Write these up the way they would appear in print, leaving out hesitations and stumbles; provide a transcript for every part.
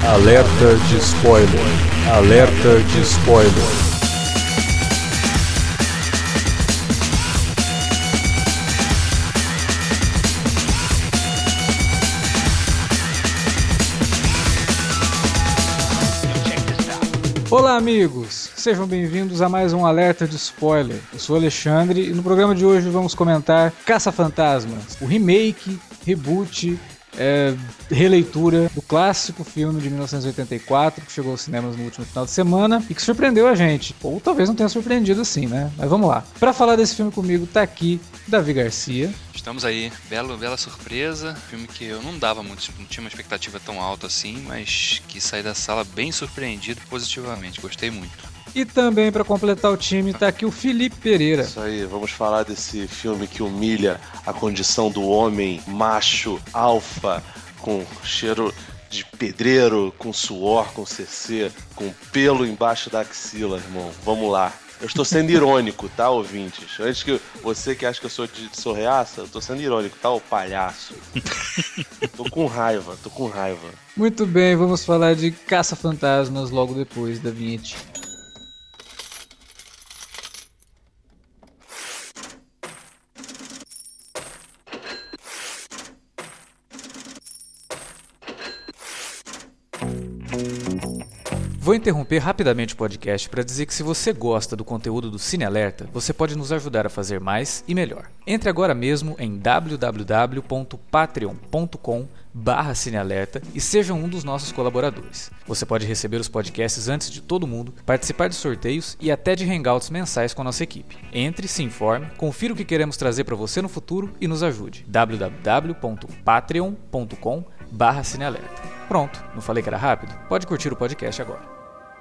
Alerta de spoiler. Alerta de spoiler. Olá, amigos! Sejam bem-vindos a mais um Alerta de Spoiler. Eu sou o Alexandre e no programa de hoje vamos comentar Caça-Fantasmas, o remake, reboot, releitura do clássico filme de 1984 que chegou aos cinemas no último final de semana e que surpreendeu a gente. Ou talvez não tenha surpreendido assim, né? Mas vamos lá. Para falar desse filme comigo tá aqui Davi Garcia. Estamos aí, bela surpresa, filme que eu não tinha uma expectativa tão alta assim, mas que saí da sala bem surpreendido positivamente, gostei muito. E também para completar o time tá aqui o Felipe Pereira. Isso aí, vamos falar desse filme que humilha a condição do homem macho, alfa, com cheiro de pedreiro, com suor, com CC, com pelo embaixo da axila, irmão. Vamos lá. Eu estou sendo irônico, tá, ouvintes? Antes que você que acha que eu sou reaça, eu tô sendo irônico, tá, ô palhaço? Tô com raiva. Muito bem, vamos falar de Caça-Fantasmas logo depois da vinheta. Vou interromper rapidamente o podcast para dizer que se você gosta do conteúdo do Cine Alerta, você pode nos ajudar a fazer mais e melhor. Entre agora mesmo em www.patreon.com/cinealerta e seja um dos nossos colaboradores. Você pode receber os podcasts antes de todo mundo, participar de sorteios e até de hangouts mensais com a nossa equipe. Entre, se informe, confira o que queremos trazer para você no futuro e nos ajude. www.patreon.com/cinealerta. Pronto, não falei que era rápido? Pode curtir o podcast agora.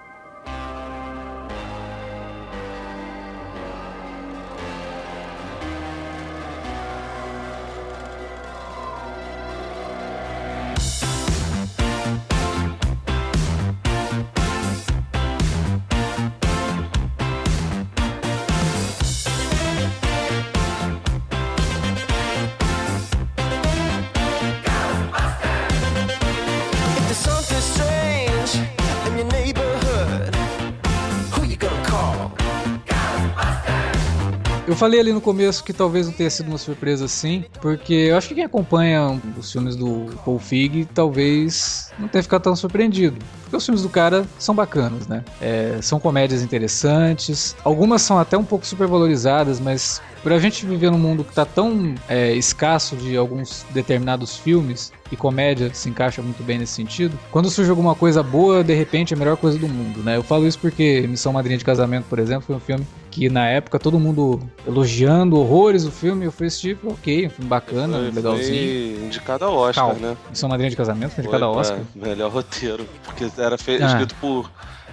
Eu falei ali no começo que talvez não tenha sido uma surpresa assim, porque eu acho que quem acompanha os filmes do Paul Feig talvez não tenha ficado tão surpreendido. Porque os filmes do cara são bacanas, né? São comédias interessantes, algumas são até um pouco supervalorizadas, mas por a gente viver num mundo que tá tão escasso de alguns determinados filmes, e comédia se encaixa muito bem nesse sentido, quando surge alguma coisa boa, de repente é a melhor coisa do mundo, né? Eu falo isso porque Missão Madrinha de Casamento, por exemplo, foi um filme que na época todo mundo elogiando horrores o filme, eu fui assistir, ok, um filme bacana, legalzinho. Foi indicado ao Oscar, né? Missão Madrinha de Casamento foi indicado ao Oscar. Melhor roteiro, porque era escrito por,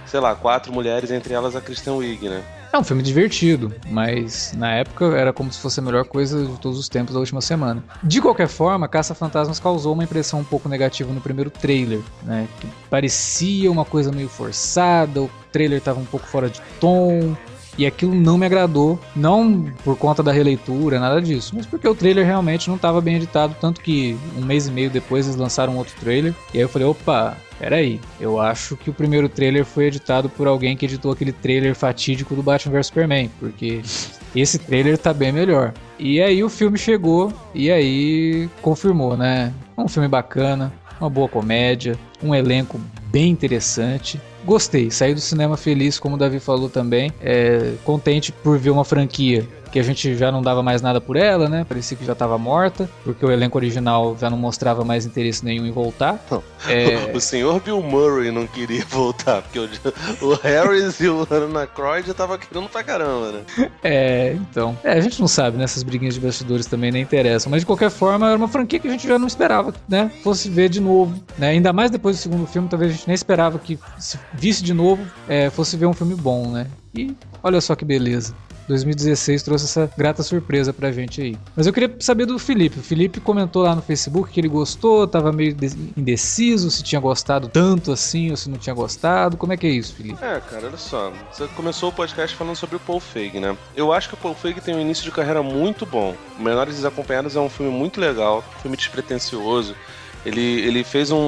4 mulheres, entre elas a Kristen Wiig, né? É um filme divertido, mas na época era como se fosse a melhor coisa de todos os tempos da última semana. De qualquer forma, Caça-Fantasmas causou uma impressão um pouco negativa no primeiro trailer, né? Que parecia uma coisa meio forçada, o trailer estava um pouco fora de tom, e aquilo não me agradou, não por conta da releitura, nada disso, mas porque o trailer realmente não estava bem editado, tanto que um mês e meio depois eles lançaram outro trailer, e aí eu falei, opa, peraí, eu acho que o primeiro trailer foi editado por alguém que editou aquele trailer fatídico do Batman vs Superman, porque esse trailer tá bem melhor. E aí o filme chegou, e aí confirmou, né? Um filme bacana, uma boa comédia, um elenco bem interessante. Gostei, saí do cinema feliz, como o Davi falou também, contente por ver uma franquia que a gente já não dava mais nada por ela, né? Parecia que já estava morta, porque o elenco original já não mostrava mais interesse nenhum em voltar. O senhor Bill Murray não queria voltar, porque o Harris e o Anna Aykroyd já estavam querendo pra caramba, né? Então. A gente não sabe, né? Essas briguinhas de bastidores também nem interessam, mas de qualquer forma era uma franquia que a gente já não esperava, né? Fosse ver de novo, né? Ainda mais depois do segundo filme, talvez a gente nem esperava que se visse de novo, fosse ver um filme bom, né? E olha só que beleza. 2016 trouxe essa grata surpresa pra gente aí. Mas eu queria saber do Felipe. O Felipe comentou lá no Facebook que ele gostou, tava meio indeciso se tinha gostado tanto assim ou se não tinha gostado. Como é que é isso, Felipe? Cara, olha só. Você começou o podcast falando sobre o Paul Feig, né? Eu acho que o Paul Feig tem um início de carreira muito bom. Menores Desacompanhados é um filme muito legal, um filme despretensioso. Ele fez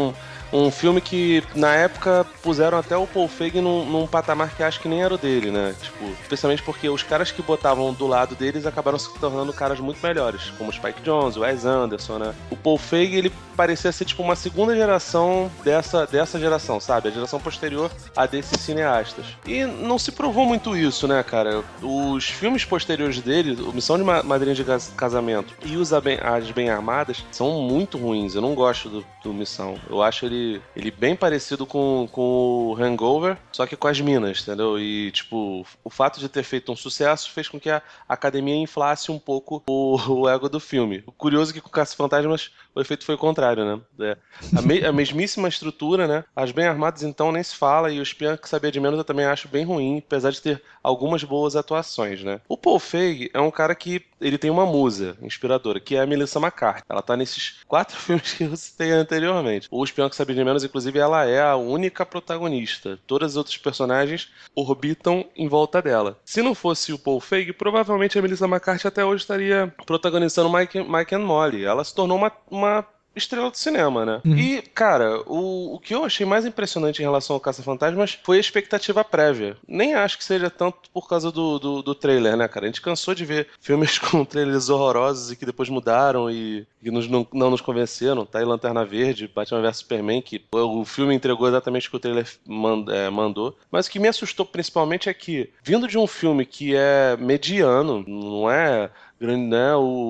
um filme que, na época, puseram até o Paul Feig num patamar que acho que nem era o dele, né? Tipo, especialmente porque os caras que botavam do lado deles acabaram se tornando caras muito melhores, como o Spike Jonze, o Wes Anderson, né? O Paul Feig, ele parecia ser, tipo, uma segunda geração dessa geração, sabe? A geração posterior a desses cineastas. E não se provou muito isso, né, cara? Os filmes posteriores dele, o Missão de Madrinha de Casamento e As Bem Armadas, são muito ruins. Eu não gosto do Missão. Eu acho ele bem parecido com o Hangover, só que com as minas, entendeu? E, tipo, o fato de ter feito um sucesso fez com que a academia inflasse um pouco o ego do filme. O curioso é que com Caça-Fantasmas o efeito foi o contrário, né? A mesmíssima estrutura, né? As Bem Armadas, então, nem se fala, e o Espião que Sabia de Menos eu também acho bem ruim, apesar de ter algumas boas atuações, né? O Paul Feig é um cara que ele tem uma musa inspiradora, que é a Melissa McCarthy. Ela tá nesses 4 filmes que eu citei anteriormente. O Espião que Sabia de Menos, inclusive, ela é a única protagonista. Todas as outras personagens orbitam em volta dela. Se não fosse o Paul Feig, provavelmente a Melissa McCarthy até hoje estaria protagonizando Mike and Molly. Ela se tornou uma estrela do cinema, né? Uhum. E, cara, o que eu achei mais impressionante em relação ao Caça-Fantasmas foi a expectativa prévia. Nem acho que seja tanto por causa do trailer, né, cara? A gente cansou de ver filmes com trailers horrorosos e que depois mudaram e não nos convenceram. Tá aí Lanterna Verde, Batman vs Superman, que o filme entregou exatamente o que o trailer mandou. Mas o que me assustou principalmente é que, vindo de um filme que é mediano, não é grande, né,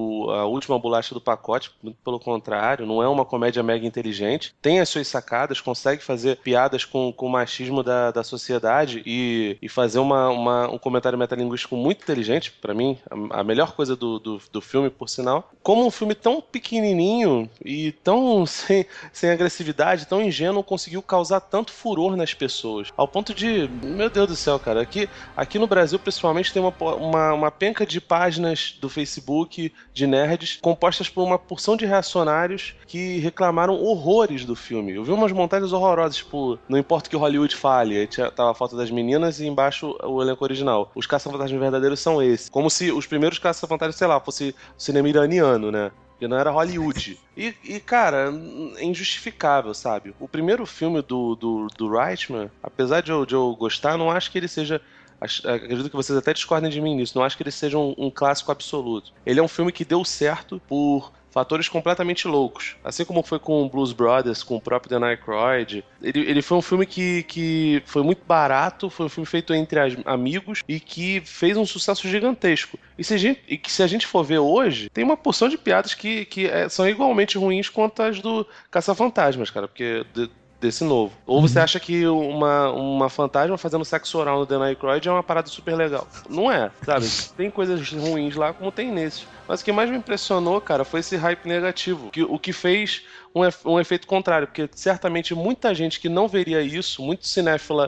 a última bolacha do pacote, muito pelo contrário, não é uma comédia mega inteligente, tem as suas sacadas, consegue fazer piadas com o machismo da sociedade e fazer um comentário metalinguístico muito inteligente, pra mim, a melhor coisa do filme, por sinal. Como um filme tão pequenininho e tão sem agressividade, tão ingênuo, conseguiu causar tanto furor nas pessoas, ao ponto de, meu Deus do céu, cara, aqui no Brasil, principalmente, tem uma penca de páginas do Facebook de nerds compostas por uma porção de reacionários que reclamaram horrores do filme. Eu vi umas montagens horrorosas, tipo, não importa o que Hollywood fale, aí tava a foto das meninas e embaixo o elenco original. Os caça-fantasmas verdadeiros são esses. Como se os primeiros caça-fantasmas, sei lá, fosse cinema iraniano, né? Porque não era Hollywood. E, cara, é injustificável, sabe? O primeiro filme do Reitman, apesar de eu gostar, não acho que ele seja... Acredito que vocês até discordem de mim nisso. Não acho que ele seja um clássico absoluto. Ele é um filme que deu certo por fatores completamente loucos. Assim como foi com Blues Brothers, com o próprio Dan Aykroyd. Ele foi um filme que foi muito barato, foi um filme feito entre amigos e que fez um sucesso gigantesco. E se a gente for ver hoje, tem uma porção de piadas que são igualmente ruins quanto as do Caça-Fantasmas, cara. Porque... desse novo. Ou você acha que uma fantasma fazendo sexo oral no Dan Aykroyd é uma parada super legal. Não é, sabe? Tem coisas ruins lá como tem nesse. Mas o que mais me impressionou, cara, foi esse hype negativo. O que fez um efeito contrário, porque certamente muita gente que não veria isso, muita cinéfila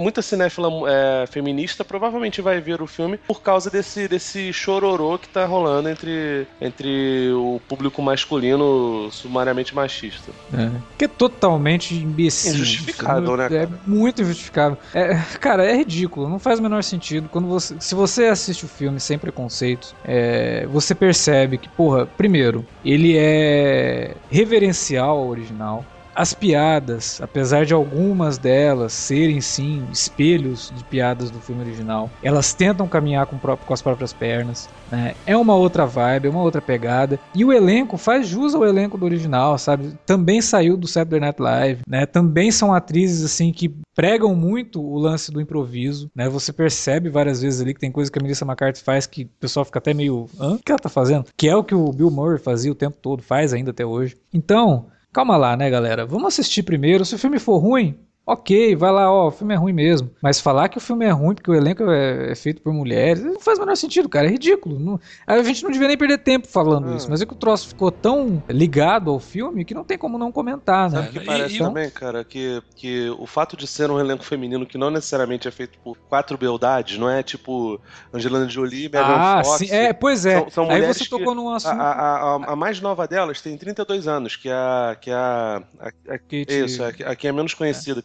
feminista, provavelmente vai ver o filme por causa desse chororô que tá rolando entre o público masculino sumariamente machista. Que é totalmente imbecil. Injustificável, né, cara? É muito injustificável. Cara, é ridículo, não faz o menor sentido. Se você assiste o filme sem preconceitos, você percebe que, porra, primeiro, ele é reverencial ao original. As piadas, apesar de algumas delas serem sim espelhos de piadas do filme original, elas tentam caminhar com as próprias pernas, né? É uma outra vibe, é uma outra pegada. E o elenco faz jus ao elenco do original, sabe? Também saiu do Saturday Night Live, né? Também são atrizes assim que pregam muito o lance do improviso, né? Você percebe várias vezes ali que tem coisa que a Melissa McCarthy faz que o pessoal fica até meio, o que ela tá fazendo? Que é o que o Bill Murray fazia o tempo todo, faz ainda até hoje. Então, calma lá, né, galera? Vamos assistir primeiro. Se o filme for ruim, ok, vai lá, o filme é ruim mesmo. Mas falar que o filme é ruim porque o elenco é feito por mulheres, não faz o menor sentido, cara, é ridículo. A gente não devia nem perder tempo falando isso, mas é que o troço ficou tão ligado ao filme que não tem como não comentar, né? Sabe o que parece também, cara? Que o fato de ser um elenco feminino que não necessariamente é feito por 4 beldades, não é tipo Angelina Jolie, Megan Fox. Sim, pois é. São aí mulheres você tocou num assunto. A mais nova delas tem 32 anos, que é a Kate... Isso, a que é menos conhecida, que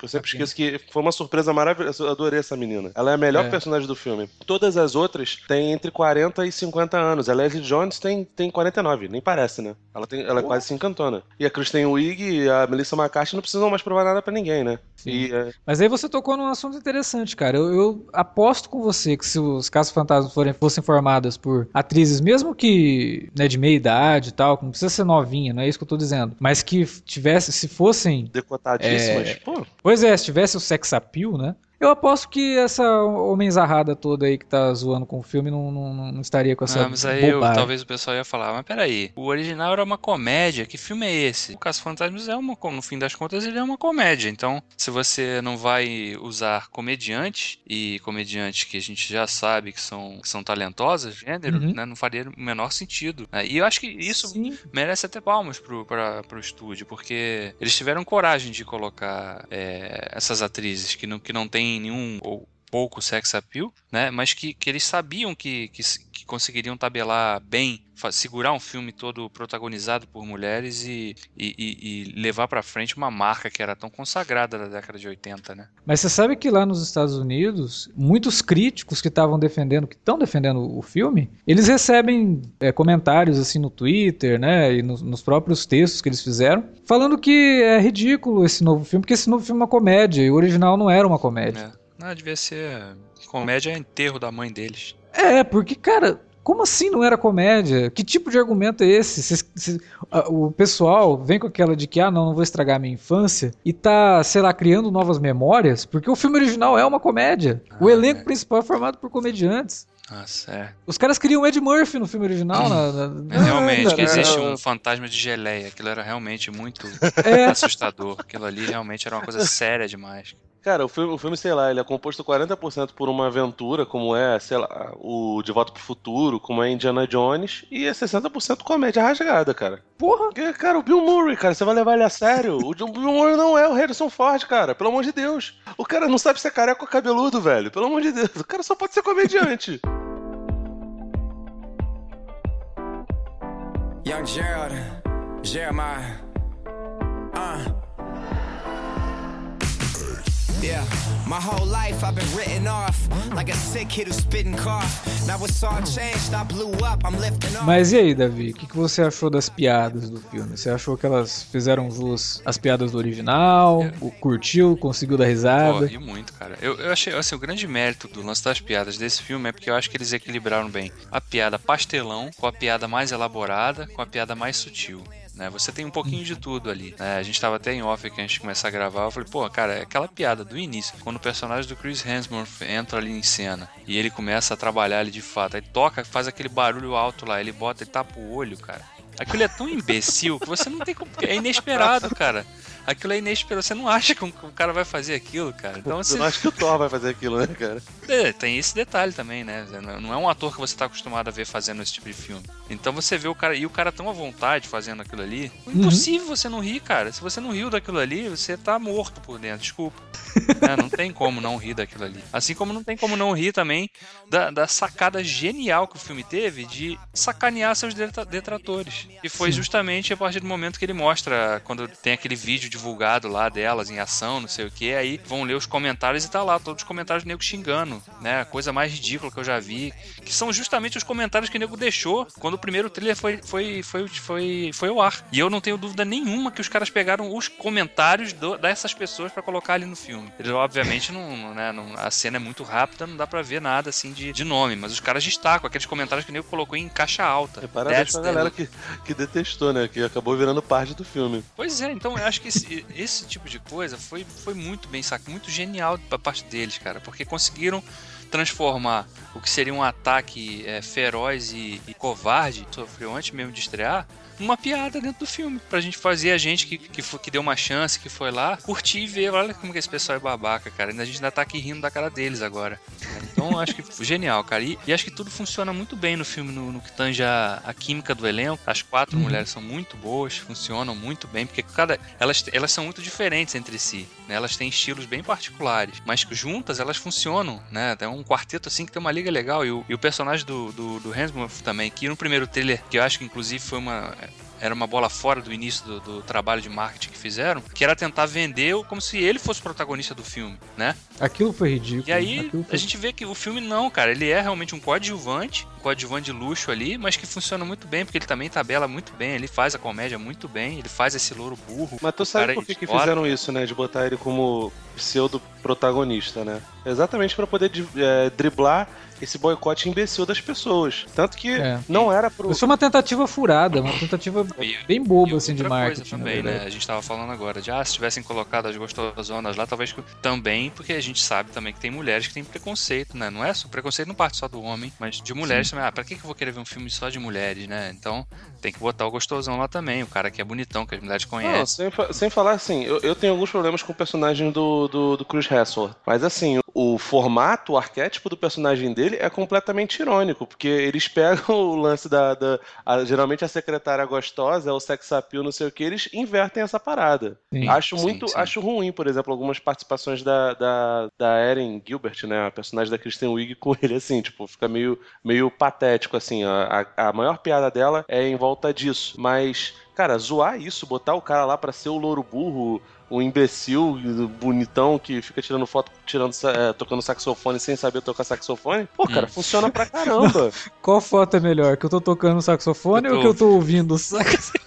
sempre esqueço que foi uma surpresa maravilhosa. Eu adorei essa menina. Ela é a melhor personagem do filme. Todas as outras têm entre 40 e 50 anos. A Leslie Jones tem 49, nem parece, né? Ela é quase cinquentona. E a Kristen Wiig e a Melissa McCarthy não precisam mais provar nada pra ninguém, né? Mas aí você tocou num assunto interessante, cara. Eu aposto com você que se os Caça-Fantasmas fossem formadas por atrizes, mesmo que, né, de meia idade e tal, não precisa ser novinha, não é isso que eu tô dizendo, mas que se fossem... Decotadíssimas, pô. Pois é, se tivesse o sex appeal, né? Eu aposto que essa homenzarrada toda aí que tá zoando com o filme não estaria com essa mas aí bobagem. Talvez o pessoal ia falar, mas peraí, o original era uma comédia, que filme é esse? O Caça-Fantasmas no fim das contas, ele é uma comédia, então se você não vai usar comediantes, e comediantes que a gente já sabe que são talentosas, gênero, né, não faria o menor sentido. E eu acho que isso merece até palmas pro estúdio, porque eles tiveram coragem de colocar essas atrizes que não têm nenhum ou pouco sex appeal, né? Mas que eles sabiam que conseguiriam tabelar bem, segurar um filme todo protagonizado por mulheres e levar pra frente uma marca que era tão consagrada da década de 80, né? Mas você sabe que lá nos Estados Unidos, muitos críticos que estão defendendo o filme, eles recebem comentários assim no Twitter, né, e nos próprios textos que eles fizeram, falando que é ridículo esse novo filme, porque esse novo filme é uma comédia, e o original não era uma comédia. Não, devia ser comédia, enterro da mãe deles. Porque, cara, como assim não era comédia? Que tipo de argumento é esse? O pessoal vem com aquela de que, não vou estragar a minha infância, e tá, sei lá, criando novas memórias, porque o filme original é uma comédia. O elenco principal é formado por comediantes. Certo. Os caras queriam o Ed Murphy no filme original. Realmente, que existe um fantasma de geleia. Aquilo era realmente muito assustador. Aquilo ali realmente era uma coisa séria demais. Cara, o filme, sei lá, ele é composto 40% por uma aventura, como sei lá, o De Volta pro Futuro, como é Indiana Jones, e é 60% comédia rasgada, cara. Porra! Porque, cara, o Bill Murray, cara, você vai levar ele a sério? O Bill Murray não é o Harrison Ford, cara, pelo amor de Deus. O cara não sabe ser careca ou cabeludo, velho, pelo amor de Deus. O cara só pode ser comediante. Young Gerald, Jeremiah, yeah, my whole life I've been written off like a sick kid who's spitting cough. Now it's all changed, I blew up, I'm lifting off. Mas e aí, Davi, o que você achou das piadas do filme? Você achou que elas fizeram jus às piadas do original? Curtiu? Conseguiu dar risada? Ri muito, cara. Eu achei, assim, o grande mérito do lance das piadas desse filme é porque eu acho que eles equilibraram bem a piada pastelão com a piada mais elaborada, com a piada mais sutil. Você tem um pouquinho de tudo ali. A gente tava até em off aqui antes de começar a gravar. Eu falei, cara, é aquela piada do início, quando o personagem do Chris Hemsworth entra ali em cena e ele começa a trabalhar ali de fato, aí toca, faz aquele barulho alto lá, ele tapa o olho, cara. Aquilo é tão imbecil que você não tem como. É inesperado, cara. Aquilo é inesperado. Você não acha que o cara vai fazer aquilo, cara. Então, você não acha que o Thor vai fazer aquilo, né, cara? Tem esse detalhe também, né? Não é um ator que você tá acostumado a ver fazendo esse tipo de filme. Então você vê o cara, e o cara tão à vontade fazendo aquilo ali. Impossível você não rir, cara. Se você não riu daquilo ali, você tá morto por dentro. Desculpa. Não tem como não rir daquilo ali. Assim como não tem como não rir também da sacada genial que o filme teve de sacanear seus detratores. E foi justamente a partir do momento que ele mostra, quando tem aquele vídeo divulgado lá delas em ação, não sei o que, aí vão ler os comentários e tá lá todos os comentários do nego xingando, né? A coisa mais ridícula que eu já vi, que são justamente os comentários que o nego deixou quando o primeiro trailer foi ao ar. E eu não tenho dúvida nenhuma que os caras pegaram os comentários dessas pessoas pra colocar ali no filme. Eles, obviamente, a cena é muito rápida, não dá pra ver nada assim de nome, mas os caras destacam aqueles comentários que o nego colocou em caixa alta. Parabéns pra galera que detestou, né? Que acabou virando parte do filme. Pois é, então eu acho que esse tipo de coisa foi muito bem sacado, muito genial da parte deles, cara, porque conseguiram transformar o que seria um ataque feroz e covarde, sofreu antes mesmo de estrear, uma piada dentro do filme, pra gente fazer a gente que deu uma chance, que foi lá, curtir e ver, olha como que esse pessoal é babaca, cara, a gente ainda tá aqui rindo da cara deles agora. Então acho que genial, cara, e acho que tudo funciona muito bem no filme, no que tange a química do elenco. As 4 mulheres são muito boas, funcionam muito bem, porque elas são muito diferentes entre si, né? Elas têm estilos bem particulares, mas juntas elas funcionam, né? É um quarteto assim que tem uma liga legal, e o personagem do Hemsworth também, que no primeiro trailer, que eu acho que inclusive foi era uma bola fora do início do trabalho de marketing que fizeram, que era tentar vender como se ele fosse o protagonista do filme, né? Aquilo foi ridículo. E aí a gente vê que o filme não, cara, ele é realmente um coadjuvante de luxo ali, mas que funciona muito bem, porque ele também tabela muito bem, ele faz a comédia muito bem, ele faz esse louro burro. Mas tu sabe por que fizeram isso, né? De botar ele como pseudo-protagonista, né? Exatamente pra poder driblar esse boicote imbecil das pessoas. Tanto que não era pro... Isso é uma tentativa furada, uma tentativa bem boba, assim, de marketing. Também, né? A gente tava falando agora de, se tivessem colocado as gostosonas lá, talvez também, porque a gente sabe também que tem mulheres que têm preconceito, né? Não é só, preconceito não parte só do homem, mas de mulheres também. Pra que eu vou querer ver um filme só de mulheres, né? Então, tem que botar o gostosão lá também, o cara que é bonitão, que as mulheres conhecem. Não, sem falar assim, eu tenho alguns problemas com o personagem do Chris Hemsworth, mas assim, o formato, o arquétipo do personagem dele é completamente irônico, porque eles pegam o lance geralmente a secretária gostosa, o sex appeal, não sei o que, eles invertem essa parada. Sim, acho ruim, por exemplo, algumas participações da Erin Gilbert, né, a personagem da Kristen Wiig com ele, assim, tipo, fica meio patético, assim, a maior piada dela é em volta disso, mas, cara, zoar isso, botar o cara lá pra ser o louro burro, um imbecil bonitão que fica tirando foto, tocando saxofone sem saber tocar saxofone. Pô, cara, funciona pra caramba. Qual foto é melhor? Que eu tô tocando saxofone ou que eu tô ouvindo o saxofone?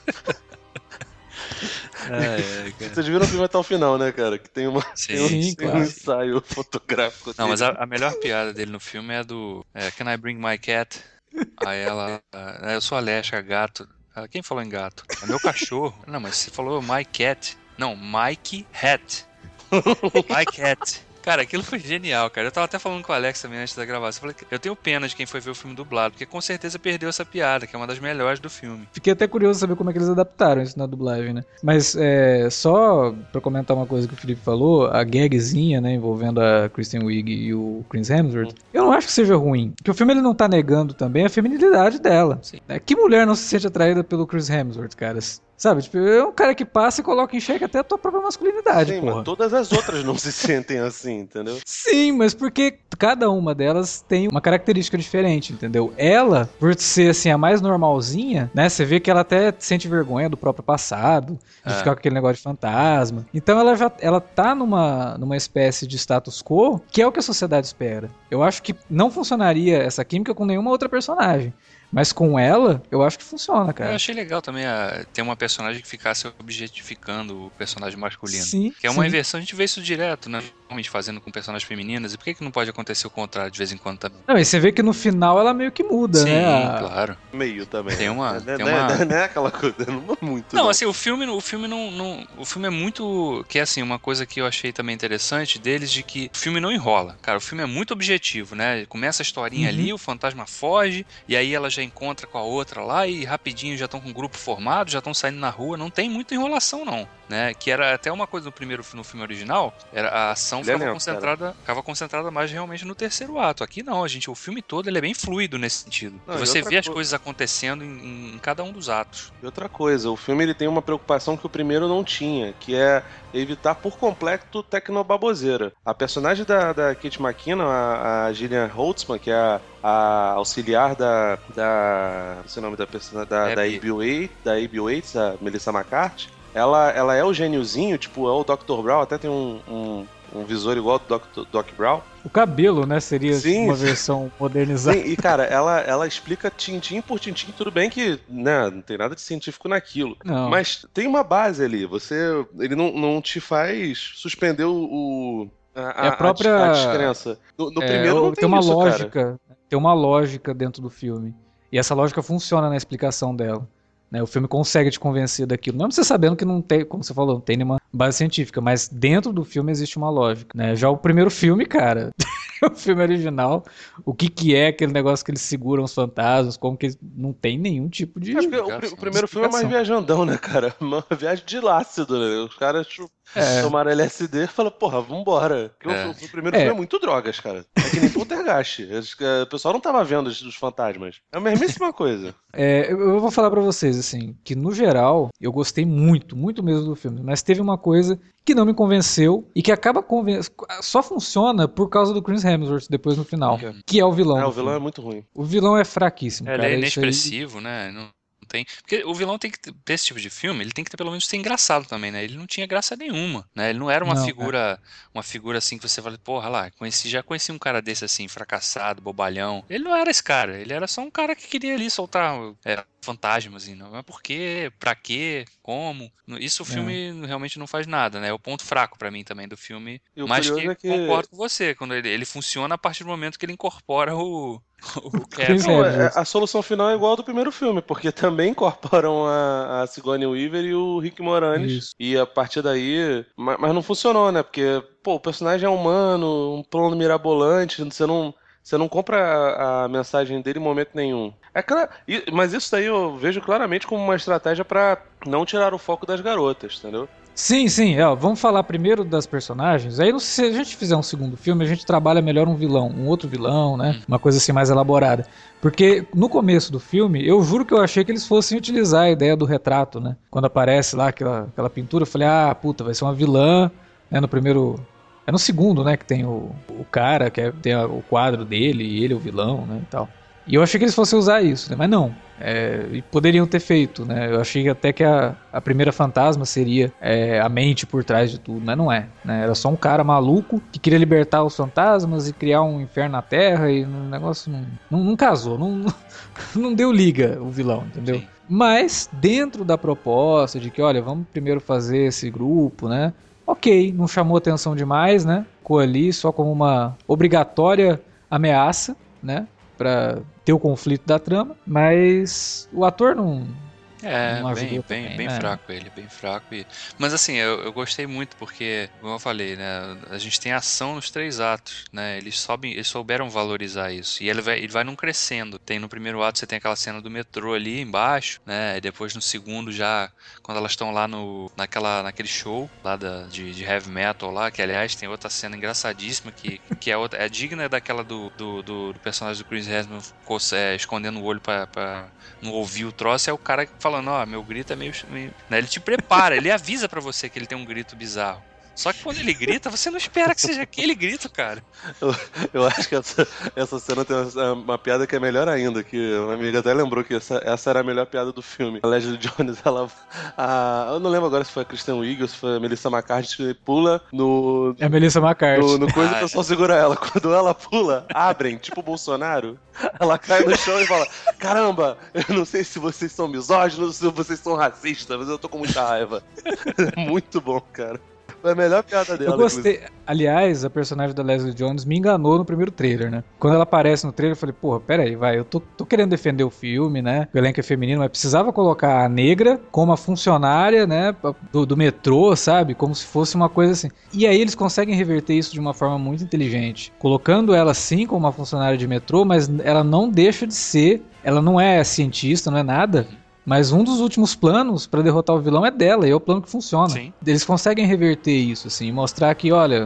Vocês viram o filme até o final, né, cara? Que tem claro. Um ensaio fotográfico dele. Não, mas a melhor piada dele no filme é a do Can I bring my cat? Aí ela... eu sou alérgica a gato. Quem falou em gato? É meu cachorro. Não, mas você falou my cat. Não, Mike Hat. Mike Hat. Cara, aquilo foi genial, cara. Eu tava até falando com o Alex também antes da gravação. Eu falei, eu tenho pena de quem foi ver o filme dublado, porque com certeza perdeu essa piada, que é uma das melhores do filme. Fiquei até curioso saber como é que eles adaptaram isso na dublagem, né? Mas só pra comentar uma coisa que o Felipe falou, a gagzinha, né, envolvendo a Kristen Wiig e o Chris Hemsworth, eu não acho que seja ruim. Porque o filme ele não tá negando também a feminilidade dela. Sim. Que mulher não se sente atraída pelo Chris Hemsworth, cara? Sabe, tipo, é um cara que passa e coloca em xeque até a tua própria masculinidade, porra. Mas todas as outras não se sentem assim, entendeu? Sim, mas porque cada uma delas tem uma característica diferente, entendeu? Ela, por ser, assim, a mais normalzinha, né, você vê que ela até sente vergonha do próprio passado, de ficar com aquele negócio de fantasma. Então ela tá numa espécie de status quo, que é o que a sociedade espera. Eu acho que não funcionaria essa química com nenhuma outra personagem. Mas com ela, eu acho que funciona, cara. Eu achei legal também ter uma personagem que ficasse objetificando o personagem masculino. Sim, que é uma inversão, a gente vê isso direto, né? Homens fazendo com personagens femininas. E por que não pode acontecer o contrário de vez em quando também? Não, e você vê que no final ela meio que muda, né? Sim, claro. Meio também. Tem uma... Não é aquela coisa, não é muito. Não, assim, o filme é muito... Que é, assim, uma coisa que eu achei também interessante deles, de que o filme não enrola. Cara, o filme é muito objetivo, né? Começa a historinha ali, o fantasma foge, e aí ela já encontra com a outra lá e rapidinho já estão com um grupo formado, já estão saindo na rua, não tem muita enrolação não, né? Que era até uma coisa no filme original, era a ação ficava concentrada mais realmente no terceiro ato. Aqui não, o filme todo ele é bem fluido nesse sentido. Não, você vê as coisas acontecendo em cada um dos atos. E outra coisa, o filme ele tem uma preocupação que o primeiro não tinha, que é evitar por completo tecnobaboseira. A personagem da Kate McKinnon, a Gillian Holtzman, que é a auxiliar não sei o nome da personagem, da A.B. Waits, a Melissa McCarthy, ela é o gêniozinho, tipo, é o Dr. Brown, até tem um visor igual ao Doc Brown. O cabelo, né, seria uma versão modernizada. Sim, e cara, ela explica tintim por tintim, tudo bem que, né, não tem nada de científico naquilo. Não. Mas tem uma base ali, ele não te faz suspender a própria descrença. No primeiro não tem uma isso, lógica, cara. Tem uma lógica dentro do filme. E essa lógica funciona na explicação dela. Né, o filme consegue te convencer daquilo. Mesmo você sabendo que não tem, como você falou, não tem nenhuma base científica, mas dentro do filme existe uma lógica. Né? Já o primeiro filme, cara, o filme original, o que é aquele negócio que eles seguram os fantasmas, como que eles não tem nenhum tipo de... Acho que o primeiro filme é mais viajandão, né, cara? Uma viagem de ácido, né? Os caras tomaram LSD e falaram, porra, vambora. Porque o primeiro filme é muito drogas, cara. É que nem Poltergeist. O pessoal não tava vendo os fantasmas. É a mesmíssima coisa. Eu vou falar pra vocês, assim, que no geral, eu gostei muito, muito mesmo do filme. Mas teve uma coisa que não me convenceu e que acaba só funciona por causa do Chris Hemsworth depois no final, que é o vilão. O vilão é muito ruim. O vilão é fraquíssimo, cara. Ele é inexpressivo, né? Tem, porque o vilão tem que ter, pra esse tipo de filme, ele tem que ter, pelo menos ser engraçado também, né? Ele não tinha graça nenhuma, né? Ele não era uma Não, figura assim que você fala, porra lá, já conheci um cara desse assim, fracassado, bobalhão. Ele não era esse cara, ele era só um cara que queria ali soltar fantasmas, assim, não. Mas por quê? Pra quê? Como? Isso o filme realmente não faz nada, né? É o ponto fraco pra mim também do filme, E o mas curioso que é que concordo com você, quando ele funciona a partir do momento que ele incorpora o Chris Kevin. Não, Hemsworth. a solução final é igual ao do primeiro filme, porque também incorporam a Sigourney Weaver e o Rick Moranis. Isso. E a partir daí. Mas não funcionou, né? Porque, pô, o personagem é humano, um plano mirabolante, você não compra a mensagem dele em momento nenhum. Mas isso daí eu vejo claramente como uma estratégia pra não tirar o foco das garotas, entendeu? Sim, vamos falar primeiro das personagens. Aí, se a gente fizer um segundo filme, a gente trabalha melhor um outro vilão, né? Uma coisa assim mais elaborada. Porque no começo do filme, eu juro que eu achei que eles fossem utilizar a ideia do retrato, né? Quando aparece lá aquela pintura, eu falei, puta, vai ser uma vilã, né? No primeiro... É no segundo, né? Que tem o cara, tem o quadro dele, e ele é o vilão, né? E tal. E eu achei que eles fossem usar isso, né? Mas não. E poderiam ter feito, né? Eu achei até que a primeira fantasma seria a mente por trás de tudo, mas não é, né? Era só um cara maluco que queria libertar os fantasmas e criar um inferno na Terra e o negócio não casou, não deu liga o vilão, entendeu? Sim. Mas dentro da proposta de que, olha, vamos primeiro fazer esse grupo, né? Ok, não chamou atenção demais, né? Ficou ali só como uma obrigatória ameaça, né? Pra ter o conflito da trama, mas o ator não ajudou também, bem né? fraco ele, bem fraco. Mas assim, eu gostei muito porque, como eu falei, né, a gente tem ação nos 3 atos, né, eles souberam valorizar isso, e ele vai num crescendo. Tem no primeiro ato, você tem aquela cena do metrô ali embaixo, né, e depois no segundo já, quando elas estão lá naquele show lá de heavy metal lá, que aliás tem outra cena engraçadíssima que é digna daquela do personagem do Chris Hemsworth escondendo o olho pra não ouvir o troço, é o cara falando, meu grito é meio né? Ele te prepara, ele avisa pra você que ele tem um grito bizarro. Só que quando ele grita, você não espera que seja aquele grito, cara. Eu acho que essa cena tem uma piada que é melhor ainda, que uma amiga até lembrou que essa era a melhor piada do filme. A Leslie Jones, eu não lembro agora se foi a Kristen Wiig ou se foi a Melissa McCarthy, que pula no... É a Melissa McCarthy. No coisa, o pessoal segura ela. Quando ela pula, abrem, tipo o Bolsonaro, ela cai no chão e fala, caramba, eu não sei se vocês são misóginos, se vocês são racistas, mas eu tô com muita raiva. Muito bom, cara. Foi a melhor piada dela. Eu gostei. Inclusive. Aliás, a personagem da Leslie Jones me enganou no primeiro trailer, né? Quando ela aparece no trailer, eu falei, porra, pera aí, vai, eu tô querendo defender o filme, né? O elenco é feminino, mas precisava colocar a negra como a funcionária, né? Do metrô, sabe? Como se fosse uma coisa assim. E aí eles conseguem reverter isso de uma forma muito inteligente. Colocando ela sim como uma funcionária de metrô, mas ela não deixa de ser. Ela não é cientista, não é nada. Mas um dos últimos planos pra derrotar o vilão é dela, e é o plano que funciona. Sim. Eles conseguem reverter isso, assim, mostrar que, olha,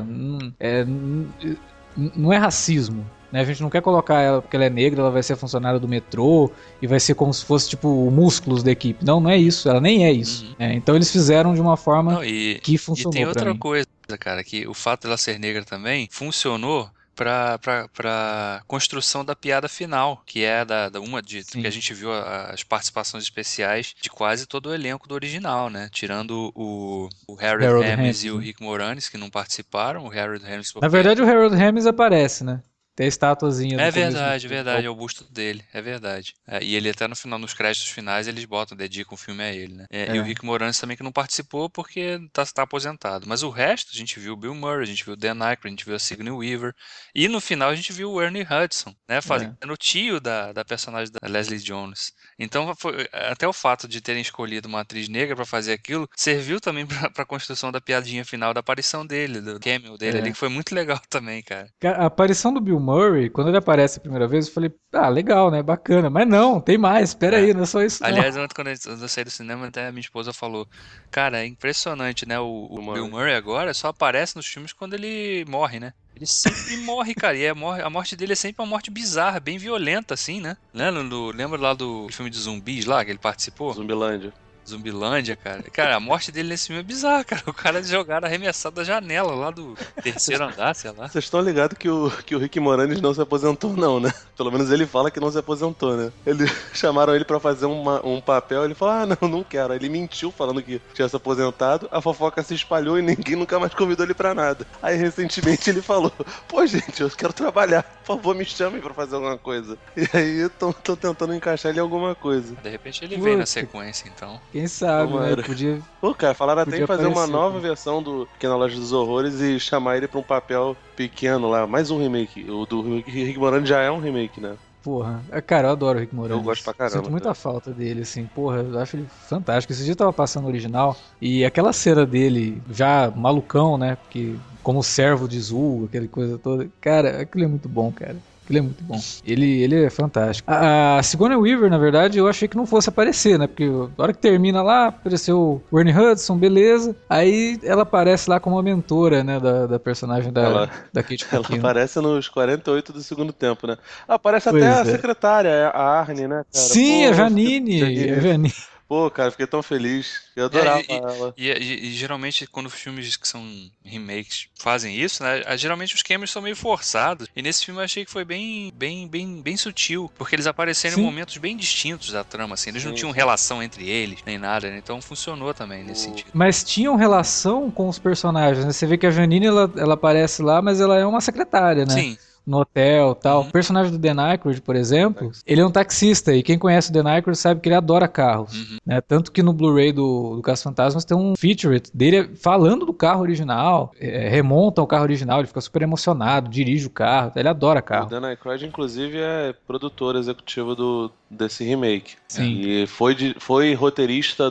não é racismo, né? A gente não quer colocar ela porque ela é negra, ela vai ser a funcionária do metrô e vai ser como se fosse, tipo, o músculos da equipe. Não é isso, ela nem é isso. Então eles fizeram de uma forma que funcionou pra mim. E tem outra coisa, cara, que o fato dela ser negra também funcionou pra construção da piada final, que é que a gente viu as participações especiais de quase todo o elenco do original, né? Tirando o Harold Ramis e o Rick Moranis, que não participaram. O Harold Ramis... Na verdade, o Harold Ramis aparece, né? Tem a estatuazinha. É verdade, é o busto dele, é verdade. E ele até no final, nos créditos finais, eles dedicam o filme a ele, né? E o Rick Moranis também que não participou porque tá aposentado. Mas o resto, a gente viu o Bill Murray, a gente viu o Dan Aykroyd, a gente viu a Sigourney Weaver. E no final a gente viu o Ernie Hudson, né? Fazendo o tio da personagem da Leslie Jones. Então, até o fato de terem escolhido uma atriz negra pra fazer aquilo, serviu também pra construção da piadinha final, da aparição dele, do cameo dele ali, que foi muito legal também, cara. A aparição do Bill Murray, quando ele aparece a primeira vez, eu falei, legal, né, bacana, mas não, tem mais, peraí, não é só isso não. Aliás, quando eu saí do cinema, até a minha esposa falou, cara, é impressionante, né, o Bill Murray agora só aparece nos filmes quando ele morre, né? Ele sempre morre, cara, e a morte dele é sempre uma morte bizarra, bem violenta, assim, né? Lembra lá do filme de zumbis lá, que ele participou? Zumbilândia. Zumbilândia, cara. Cara, a morte dele nesse filme é bizarra, cara. O cara jogaram arremessado da janela lá do terceiro andar, sei lá. Vocês estão ligados que o Rick Moranis não se aposentou, não, né? Pelo menos ele fala que não se aposentou, né? Eles chamaram ele pra fazer um papel, ele falou, não quero. Aí ele mentiu falando que tinha se aposentado, a fofoca se espalhou e ninguém nunca mais convidou ele pra nada. Aí recentemente ele falou, pô gente, eu quero trabalhar, por favor me chamem pra fazer alguma coisa. E aí tô tentando encaixar ele em alguma coisa. De repente ele vem na sequência, então. Quem sabe, né? Podia... Pô, cara, falaram até em fazer aparecer, uma nova versão do Pequena Loja dos Horrores e chamar ele pra um papel pequeno lá. Mais um remake. O do Rick Moranis já é um remake, né? Porra, cara, eu adoro o Rick Moranis. Eu gosto pra caramba. Sinto muita falta dele, assim. Porra, eu acho ele fantástico. Esse dia eu tava passando o original e aquela cena dele, já malucão, né? Porque como servo de Zul, aquela coisa toda. Cara, aquilo é muito bom, cara. Ele é muito bom. Ele é fantástico. A Sigourney Weaver, na verdade, eu achei que não fosse aparecer, né? Porque na hora que termina lá, apareceu o Ernie Hudson, beleza. Aí ela aparece lá como uma mentora, né? Da personagem da Kate Ela McKinnon. aparece nos 48 do segundo tempo, né? Aparece até a secretária, a Arne, né, cara? Sim, Pô, a Janine. Pô, cara, fiquei tão feliz. Eu adorava ela. E geralmente, quando filmes que são remakes fazem isso, né? Geralmente os cameos são meio forçados. E nesse filme eu achei que foi bem sutil. Porque eles apareceram em momentos bem distintos da trama, assim. Eles não tinham relação entre eles, nem nada, né? Então funcionou também nesse sentido. Mas tinham relação com os personagens, né? Você vê que a Janine, ela aparece lá, mas ela é uma secretária, né? Sim. No hotel e tal. O personagem do Dan Aykroyd, por exemplo, ele é um taxista, e quem conhece o Dan Aykroyd sabe que ele adora carros. Né? Tanto que no Blu-ray do Caça-Fantasmas tem um featurette dele falando do carro original, remonta ao carro original, ele fica super emocionado, dirige o carro, ele adora carro. O Dan Aykroyd, inclusive, é produtor executivo desse remake. Sim. E foi roteirista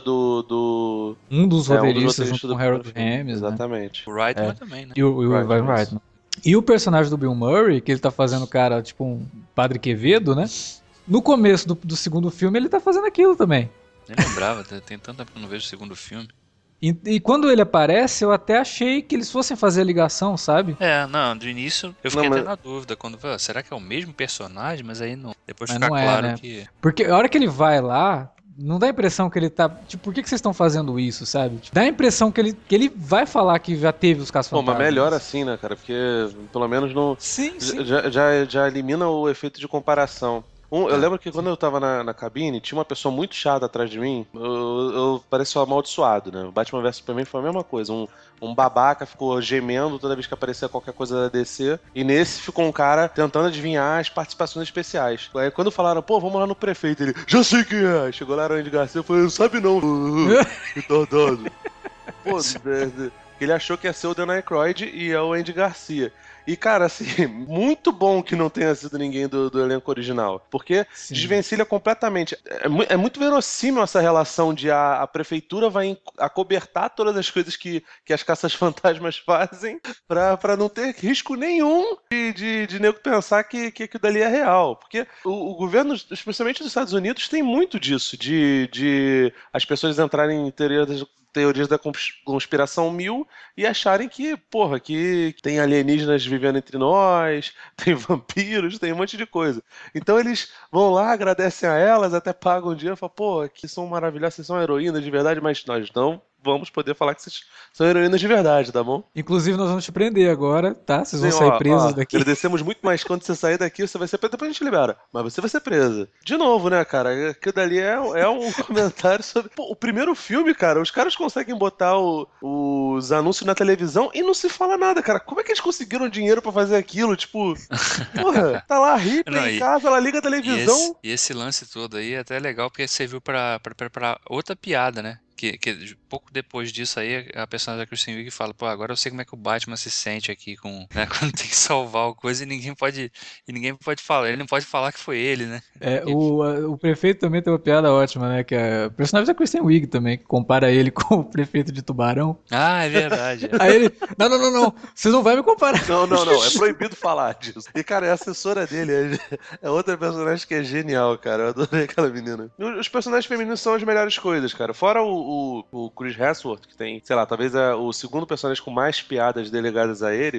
do... Um dos roteiristas do junto com o Harold Ramis, né? Exatamente. O Reitman também, né? E o Ivan Reitman. E o personagem do Bill Murray, que ele tá fazendo cara, tipo um Padre Quevedo, né? No começo do segundo filme, ele tá fazendo aquilo também. Nem lembrava, tem tanto tempo que eu não vejo o segundo filme. E quando ele aparece, eu até achei que eles fossem fazer a ligação, sabe? Não, do início eu fiquei até na dúvida. Quando será que é o mesmo personagem? Mas aí não. Depois Mas fica não claro né? que... Porque a hora que ele vai lá... Não dá a impressão que ele tá... Tipo, por que vocês estão fazendo isso, sabe? Tipo, dá a impressão que ele vai falar que já teve os Caça-Fantasmas. Pô, mas melhor assim, né, cara? Porque pelo menos não... Sim. Já elimina o efeito de comparação. Eu lembro que quando eu tava na cabine, tinha uma pessoa muito chata atrás de mim. Eu parecia amaldiçoado, né? O Batman vs Superman foi a mesma coisa. Um babaca ficou gemendo toda vez que aparecia qualquer coisa da DC. E nesse ficou um cara tentando adivinhar as participações especiais. Aí quando falaram, pô, vamos lá no prefeito, ele, já sei quem é. Chegou lá, era o Andy Garcia, eu falei, não sabe não. Retardado. Pô, ele achou que ia ser o Dan Aykroyd e é o Andy Garcia. E, cara, assim, muito bom que não tenha sido ninguém do elenco original. Porque desvencilha completamente. É muito verossímil essa relação de a prefeitura vai acobertar todas as coisas que as caças-fantasmas fazem pra não ter risco nenhum de nego pensar que aquilo dali é real. Porque o governo, especialmente dos Estados Unidos, tem muito disso, de as pessoas entrarem em teorias da conspiração 1000 e acharem que, porra, que tem alienígenas vivendo entre nós, tem vampiros, tem um monte de coisa. Então eles vão lá, agradecem a elas, até pagam dinheiro e falam, pô, que são maravilhosas, vocês são heroínas de verdade, mas nós não vamos poder falar que vocês são heroínas de verdade, tá bom? Inclusive, nós vamos te prender agora, tá? Vocês vão sair presos daqui. Agradecemos muito mais quando você sair daqui, você vai ser preso, depois a gente libera. Mas você vai ser presa. De novo, né, cara? Aquilo dali é um comentário sobre... Pô, o primeiro filme, cara, os caras conseguem botar os anúncios na televisão e não se fala nada, cara. Como é que eles conseguiram dinheiro pra fazer aquilo? Tipo, porra, tá lá a Ripley em casa, ela liga a televisão... E esse lance todo aí é até legal, porque serviu pra outra piada, né? Que pouco depois disso aí, a personagem da Kristen Wiig fala, pô, agora eu sei como é que o Batman se sente aqui né, quando tem que salvar alguma coisa e ninguém pode falar, ele não pode falar que foi ele, né? O prefeito também tem uma piada ótima, né, que é o personagem da Kristen Wiig também, que compara ele com o prefeito de Tubarão. Ah, é verdade. Aí ele, não, vocês não vão me comparar. Não, é proibido falar disso. E, cara, a assessora dele é outra personagem que é genial, cara, eu adorei aquela menina. Os personagens femininos são as melhores coisas, cara, fora o Chris Hemsworth, que tem, sei lá, talvez o segundo personagem com mais piadas delegadas a ele.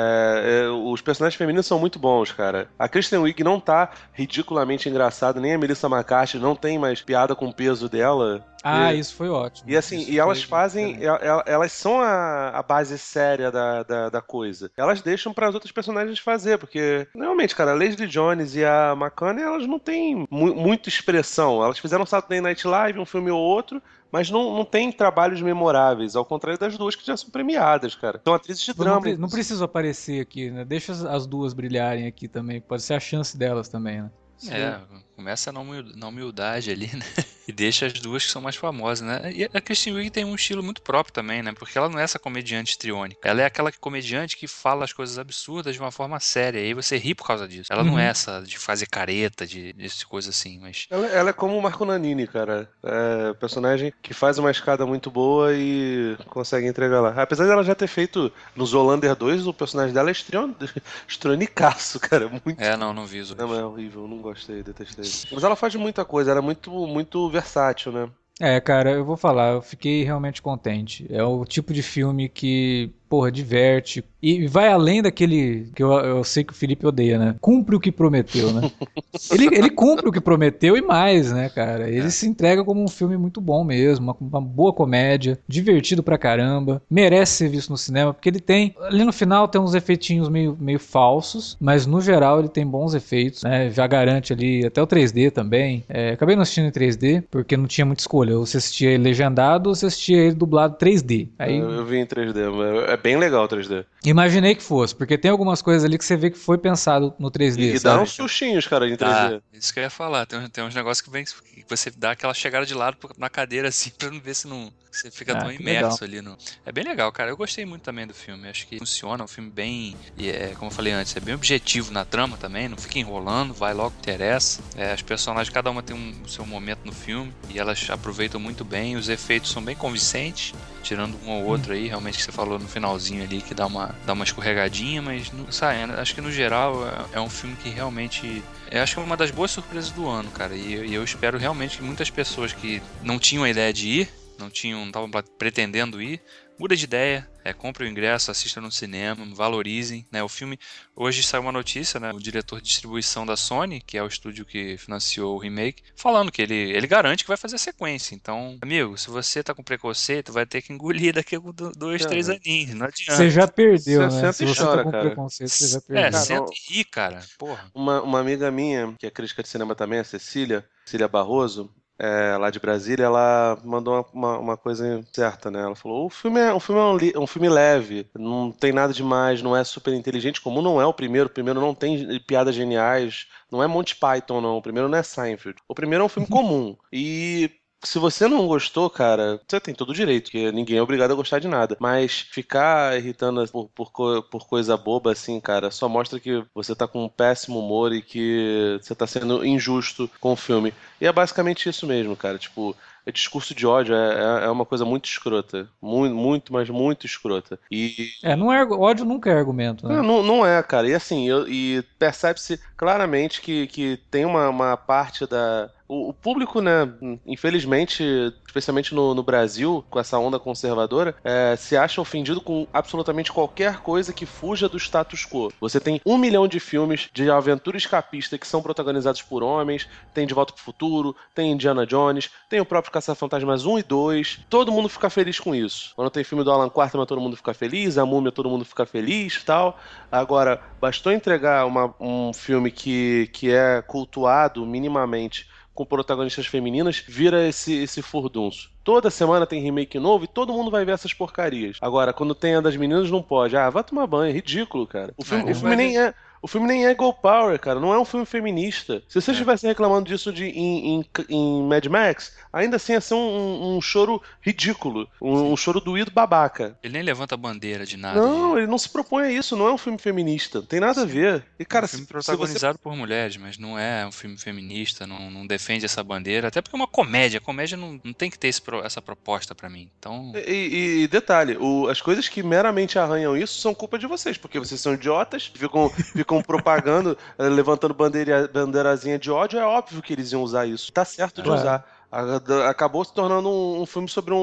Os personagens femininos são muito bons, cara. A Kristen Wiig não tá ridiculamente engraçada, nem a Melissa McCarthy não tem mais piada com o peso dela. Isso foi ótimo. E assim, Isso e elas foi fazem, excelente. elas são a base séria da coisa. Elas deixam para as outras personagens fazer, porque realmente, cara, a Leslie Jones e a McConaughey, elas não têm muita expressão. Elas fizeram Saturday Night Live, um filme ou outro, mas não tem trabalhos memoráveis, ao contrário das duas que já são premiadas, cara. São atrizes de Tipo, não, drama. não preciso aparecer aqui, né? Deixa as duas brilharem aqui também. Pode ser a chance delas também, né? Começa na humildade ali, né? E deixa as duas que são mais famosas, né? E a Kristen Wiig tem um estilo muito próprio também, né? Porque ela não é essa comediante histriônica. Ela é aquela comediante que fala as coisas absurdas de uma forma séria. E aí você ri por causa disso. Ela não é essa de fazer careta, de coisa assim, mas... Ela é como o Marco Nanini, cara. É personagem que faz uma escada muito boa e consegue entregar lá. Apesar dela já ter feito no Zoolander 2, o personagem dela é estronicaço, cara. Muito... não vi os Não, é horrível, não gostei, detestei. Mas ela faz muita coisa, ela é muito versátil, né? Cara, eu vou falar, eu fiquei realmente contente. É o tipo de filme que, porra, diverte. E vai além daquele que eu sei que o Felipe odeia, né? Cumpre o que prometeu, né? Ele cumpre o que prometeu e mais, né, cara? Ele se entrega como um filme muito bom mesmo, uma boa comédia, divertido pra caramba, merece ser visto no cinema, porque ele tem, ali no final tem uns efeitinhos meio falsos, mas no geral ele tem bons efeitos, né? Já garante ali até o 3D também. Acabei não assistindo em 3D, porque não tinha muita escolha. Ou você assistia ele legendado ou você assistia ele dublado 3D. Aí... Eu vi em 3D, mas é bem legal o 3D. Imaginei que fosse, porque tem algumas coisas ali que você vê que foi pensado no 3D, E sabe? dá uns sustinhos, cara, em 3D. Isso que eu ia falar. Tem uns negócios que você dá aquela chegada de lado na cadeira assim, pra não ver se não você fica tão imerso ali no... É bem legal, cara. Eu gostei muito também do filme. Acho que funciona, é um filme bem... como eu falei antes, é bem objetivo na trama também, não fica enrolando, vai logo, interessa. As personagens, cada uma tem o seu momento no filme e elas aproveitam muito bem, os efeitos são bem convincentes, tirando um ou outro aí, realmente, que você falou no finalzinho ali, que dá uma escorregadinha, mas acho que no geral é um filme que realmente... Eu acho que é uma das boas surpresas do ano, cara, e eu espero realmente que muitas pessoas que não tinham a ideia de ir, não estavam pretendendo ir, muda de ideia, compre o ingresso, assista no cinema, valorizem, né? O filme, hoje saiu uma notícia, né? O diretor de distribuição da Sony, que é o estúdio que financiou o remake, falando que ele garante que vai fazer a sequência. Então, amigo, se você tá com preconceito, vai ter que engolir daqui a 2, 3 aninhos, não adianta. Você já perdeu, né? Senta Se e você chora, tá com cara. preconceito, você já perdeu. Senta e ri, cara. Porra. Uma amiga minha, que é crítica de cinema também, a Cecília Barroso, lá de Brasília, ela mandou uma coisa certa, né? Ela falou: o filme é um filme leve, não tem nada demais, não é super inteligente, como não é o primeiro não tem piadas geniais, não é Monty Python, não, o primeiro não é Seinfeld. O primeiro é um filme comum. E se você não gostou, cara, você tem todo o direito, porque ninguém é obrigado a gostar de nada. Mas ficar irritando por coisa boba, assim, cara, só mostra que você tá com um péssimo humor e que você tá sendo injusto com o filme. E é basicamente isso mesmo, cara. Tipo, discurso de ódio é uma coisa muito escrota. Muito, mas muito escrota. E... ódio nunca é argumento, né? Não é, cara. E assim, e percebe-se claramente que tem uma parte da... O público, né, infelizmente, especialmente no Brasil, com essa onda conservadora, se acha ofendido com absolutamente qualquer coisa que fuja do status quo. Você tem 1 milhão de filmes de aventura escapista que são protagonizados por homens, tem De Volta pro Futuro, tem Indiana Jones, tem o próprio Caça-Fantasmas 1 e 2, todo mundo fica feliz com isso. Quando tem filme do Alan Quarterman, todo mundo fica feliz, a Múmia, todo mundo fica feliz e tal. Agora, bastou entregar um filme que é cultuado minimamente com protagonistas femininas, vira esse furdunço. Toda semana tem remake novo e todo mundo vai ver essas porcarias. Agora, quando tem a das meninas, não pode. Vai tomar banho, é ridículo, cara. O filme nem é Girl Power, cara. Não é um filme feminista. Se vocês estivessem reclamando disso em Mad Max, ainda assim ia ser um choro ridículo. Um choro doído babaca. Ele nem levanta a bandeira de nada. Não, ele não se propõe a isso. Não é um filme feminista. Não tem nada a ver. E, cara, é um filme protagonizado por mulheres, mas não é um filme feminista. Não defende essa bandeira. Até porque é uma comédia. A comédia não tem que ter essa proposta pra mim. Então... E detalhe, as coisas que meramente arranham isso são culpa de vocês, porque vocês são idiotas, ficam propagando, levantando bandeirazinha de ódio. É óbvio que eles iam usar isso. Tá certo de usar. Acabou se tornando um filme sobre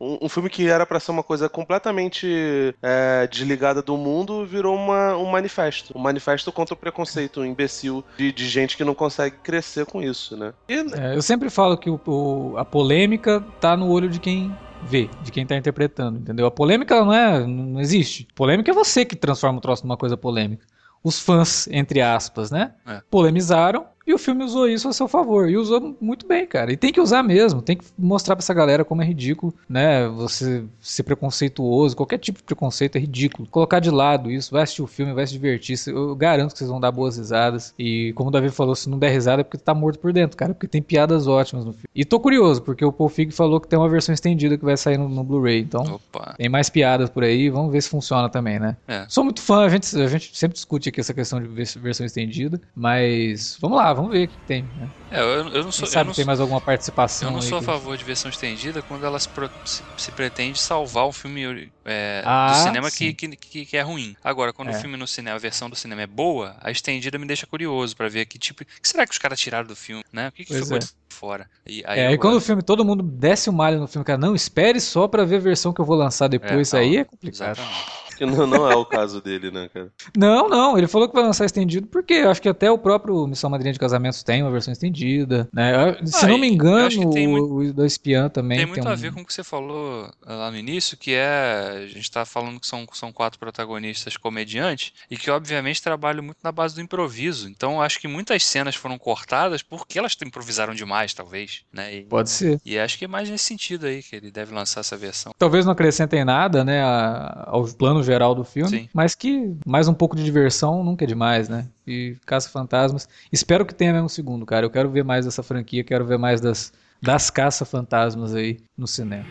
Um filme que era pra ser uma coisa completamente desligada do mundo virou um manifesto. Um manifesto contra o preconceito imbecil de gente que não consegue crescer com isso, né? Eu sempre falo que a polêmica tá no olho de quem vê, de quem tá interpretando, entendeu? A polêmica não existe. Polêmica é você que transforma o troço numa coisa polêmica. Os fãs, entre aspas, né? Polemizaram e o filme usou isso a seu favor. E usou muito bem, cara. E tem que usar mesmo. Tem que mostrar pra essa galera como é ridículo, né? Você ser preconceituoso. Qualquer tipo de preconceito é ridículo. Colocar de lado isso. Vai assistir o filme, vai se divertir. Eu garanto que vocês vão dar boas risadas. E como o Davi falou, se não der risada é porque tá morto por dentro, cara. Porque tem piadas ótimas no filme. E tô curioso, porque o Paul Feig falou que tem uma versão estendida que vai sair no Blu-ray. Então, tem mais piadas por aí. Vamos ver se funciona também, né? Sou muito fã. A gente sempre discute aqui essa questão de versão estendida. Mas vamos lá. Vamos ver o que tem, né? Eu não sou. Quem sabe tem mais alguma participação. Eu não sou a favor de versão estendida quando ela se pretende salvar o filme do cinema que é ruim. Agora, quando o filme no cinema, a versão do cinema é boa, a estendida me deixa curioso pra ver que tipo. O que será que os caras tiraram do filme, né? O que ficou de fora? E quando o filme, todo mundo desce o malho no filme, cara, não espere só pra ver a versão que eu vou lançar depois. Isso aí é complicado. Exatamente. Que não é o caso dele, né, cara? Não, ele falou que vai lançar estendido porque eu acho que até o próprio Missão Madrinha de Casamentos tem uma versão estendida, né? Se não me engano, o da Espiã também tem muito a ver com o que você falou lá no início, que a gente tá falando que são 4 protagonistas comediantes e que obviamente trabalham muito na base do improviso. Então acho que muitas cenas foram cortadas porque elas improvisaram demais, talvez, né? Pode ser. E acho que é mais nesse sentido aí que ele deve lançar essa versão. Talvez não acrescentem nada, né, ao plano geral do filme, Sim. Mas que mais um pouco de diversão nunca é demais, né? E Caça-Fantasmas, espero que tenha mesmo um segundo, cara. Eu quero ver mais dessa franquia, quero ver mais das Caça-Fantasmas aí no cinema.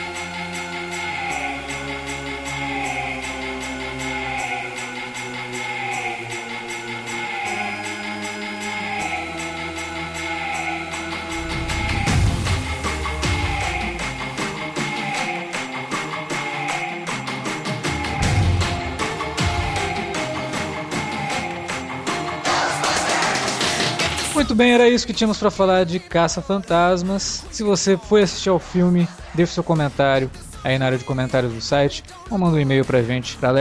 Muito bem, era isso que tínhamos para falar de Caça-Fantasmas. Se você foi assistir ao filme, deixe seu comentário aí na área de comentários do site ou manda um e-mail pra gente para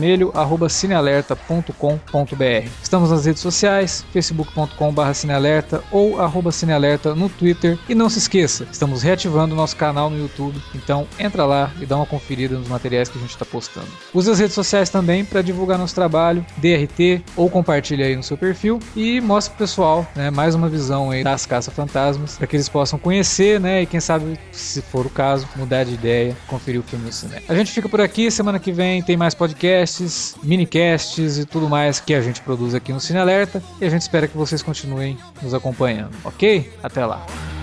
alertavermelho@cinealerta.com.br. Estamos nas redes sociais, facebook.com/cinealerta ou @cinealerta no Twitter. E não se esqueça, estamos reativando o nosso canal no YouTube, então entra lá e dá uma conferida nos materiais que a gente está postando. Use as redes sociais também para divulgar nosso trabalho, DRT, ou compartilhe aí no seu perfil e mostre pro pessoal, né, mais uma visão aí das Caça-Fantasmas, para que eles possam conhecer, né, e quem sabe, se for o caso, mudar de ideia, conferir o filme no cinema. A gente fica por aqui, semana que vem tem mais podcasts, minicasts e tudo mais que a gente produz aqui no Cine Alerta, e a gente espera que vocês continuem nos acompanhando, ok? Até lá!